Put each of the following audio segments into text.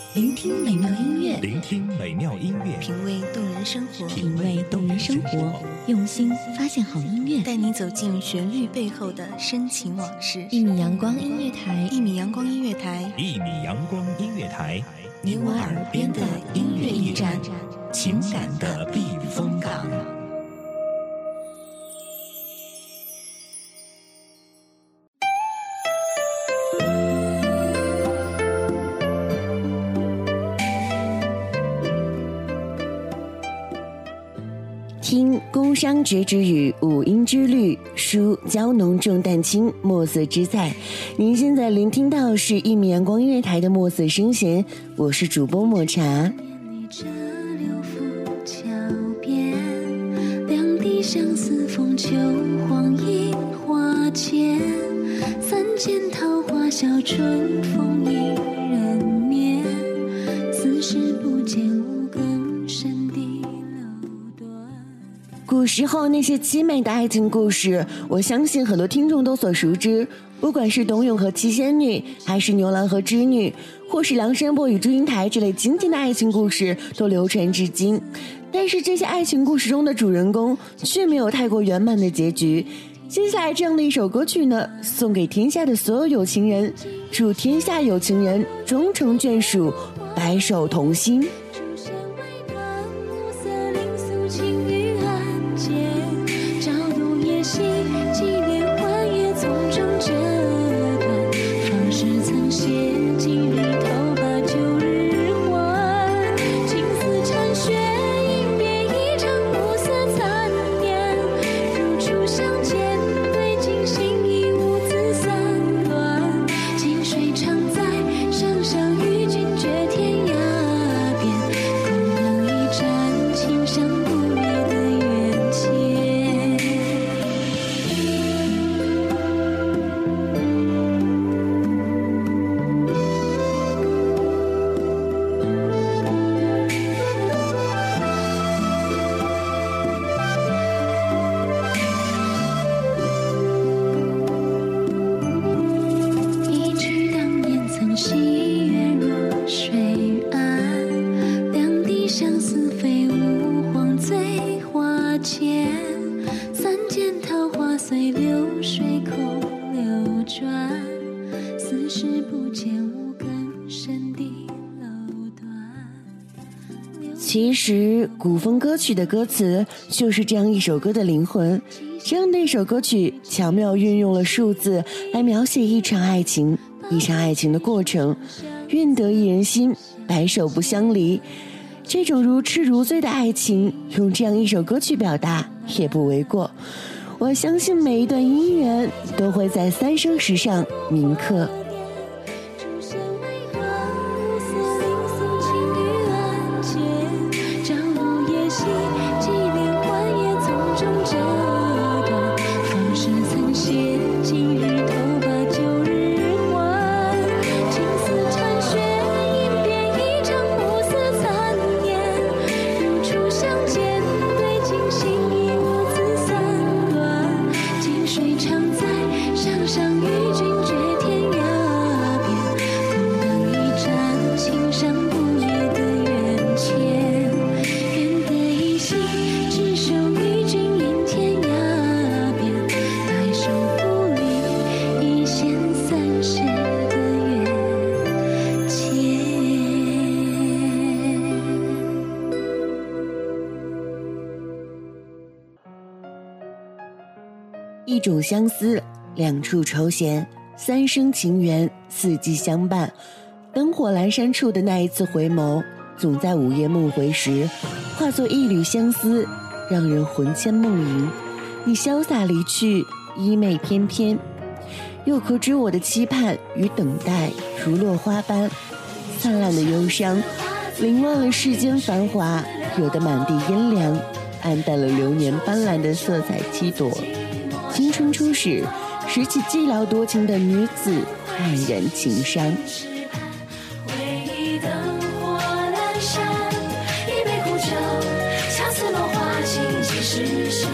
聆听美妙音乐， 聆听美妙音乐， 品味动人生活， 品味动人生活，用心发现好音乐， 带你走进旋律背后的深情往事。 一米阳光音乐台， 一米阳光音乐台， 一米阳光音乐台， 你我耳边的音乐驿站，情感的避风港。 听宫商角徵羽，五音之律，书娇浓重淡轻，墨色之在。您现在聆听到是一米阳光音乐台的墨色声弦，我是主播抹茶。 两地相思风秋，黄叶花前，三间桃花笑春风一人眠，似是不见五更深的楼端。 古时候那些凄美的爱情故事，我相信很多听众都所熟知，不管是董永和七仙女，还是牛郎和织女，或是梁山伯与祝英台这类经典的爱情故事都流传至今。但是这些爱情故事中的主人公却没有太过圆满的结局。接下来这样的一首歌曲呢，送给天下的所有有情人，祝天下有情人终成眷属，白首同心。其实古风歌曲的歌词就是这样一首歌的灵魂，这样的一首歌曲巧妙运用了数字来描写一场爱情的过程，愿得一人心，白首不相离。这种如痴如醉的爱情，用这样一首歌曲表达也不为过。我相信每一段姻缘都会在三生石上铭刻。一种相思，两处愁弦，三生情缘，四季相伴。灯火阑珊处的那一次回眸，总在午夜梦回时，化作一缕相思，让人魂牵梦萦。你潇洒离去，衣袂翩翩，又可知我的期盼与等待，如落花般灿烂的忧伤，凌乱了世间繁华，惹得满地阴凉，暗淡了流年斑斓的色彩七朵。青春初始，拾起寂寥多情的女子，黯然情伤。 回忆灯火阑珊，一杯苦酒，恰似落花情几时休。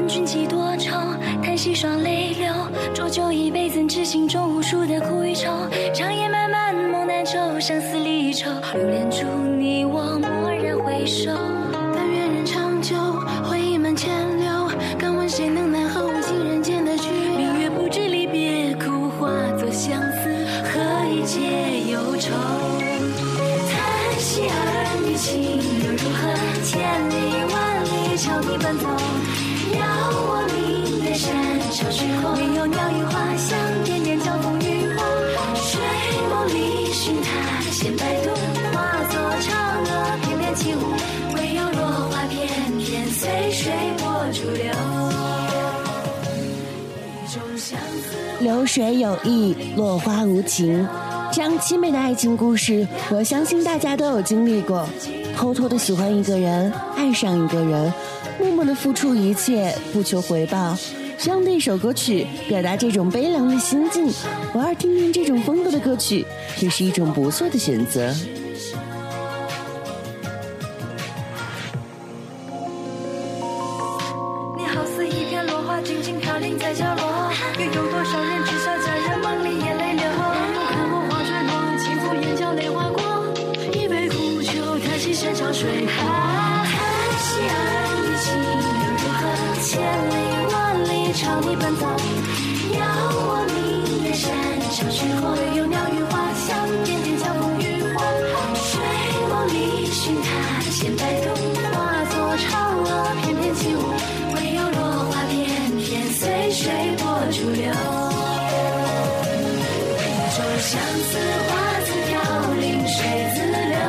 君几多愁，叹息双泪流。浊酒一杯，怎知心中无数的苦与愁？长夜漫漫，梦难酬，相思离愁。流连处你我，蓦然回首。但愿人长久，回忆满千流。敢问谁能奈何无情人间的去留？明月不知离别苦，化作相思，何以解忧愁？叹息儿女情又如何？千里万里朝你奔走。遥望明月山潮去后，没有鸟语花香，点点交锋与火。水梦里寻他衔白兔，化作嫦娥翩翩起舞。唯有落花翩翩，随水波逐流。一种相思， 流水有意，落花无情。这样凄美的爱情故事，我相信大家都有经历过。偷偷的喜欢一个人，爱上一个人，默默的付出一切，不求回报。这样的一首歌曲，表达这种悲凉的心境，偶尔听听这种风格的歌曲，也是一种不错的选择。 你好似一片落花，静静飘零在角落。又有多少人知晓在人梦里眼泪流？看我花水落，轻抚眼角泪划过。一杯苦酒，叹息山潮水波。叹息儿女情又如何？千里万里朝你奔走。遥望明月山潮去后，唯有鸟语花香，点点交锋与火。水梦里寻他衔白兔，化作嫦娥翩翩起舞。唯有落花翩翩，随水波逐流。一种相思，花自飘零，水自流。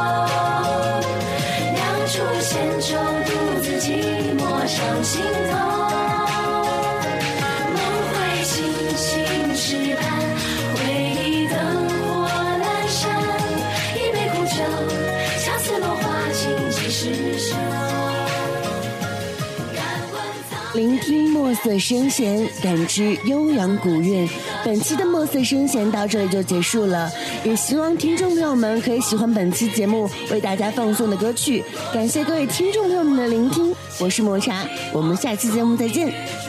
两处闲舟，独自寂寞上心头。梦回星星池畔，回忆灯火阑珊。一杯苦酒，相思落花，情几时休？ 聆听墨色声弦，感知悠扬古韵。本期的墨色声弦到这里就结束了，也希望听众朋友们可以喜欢本期节目为大家放送的歌曲。感谢各位听众朋友们的聆听，我是抹茶，我们下期节目再见。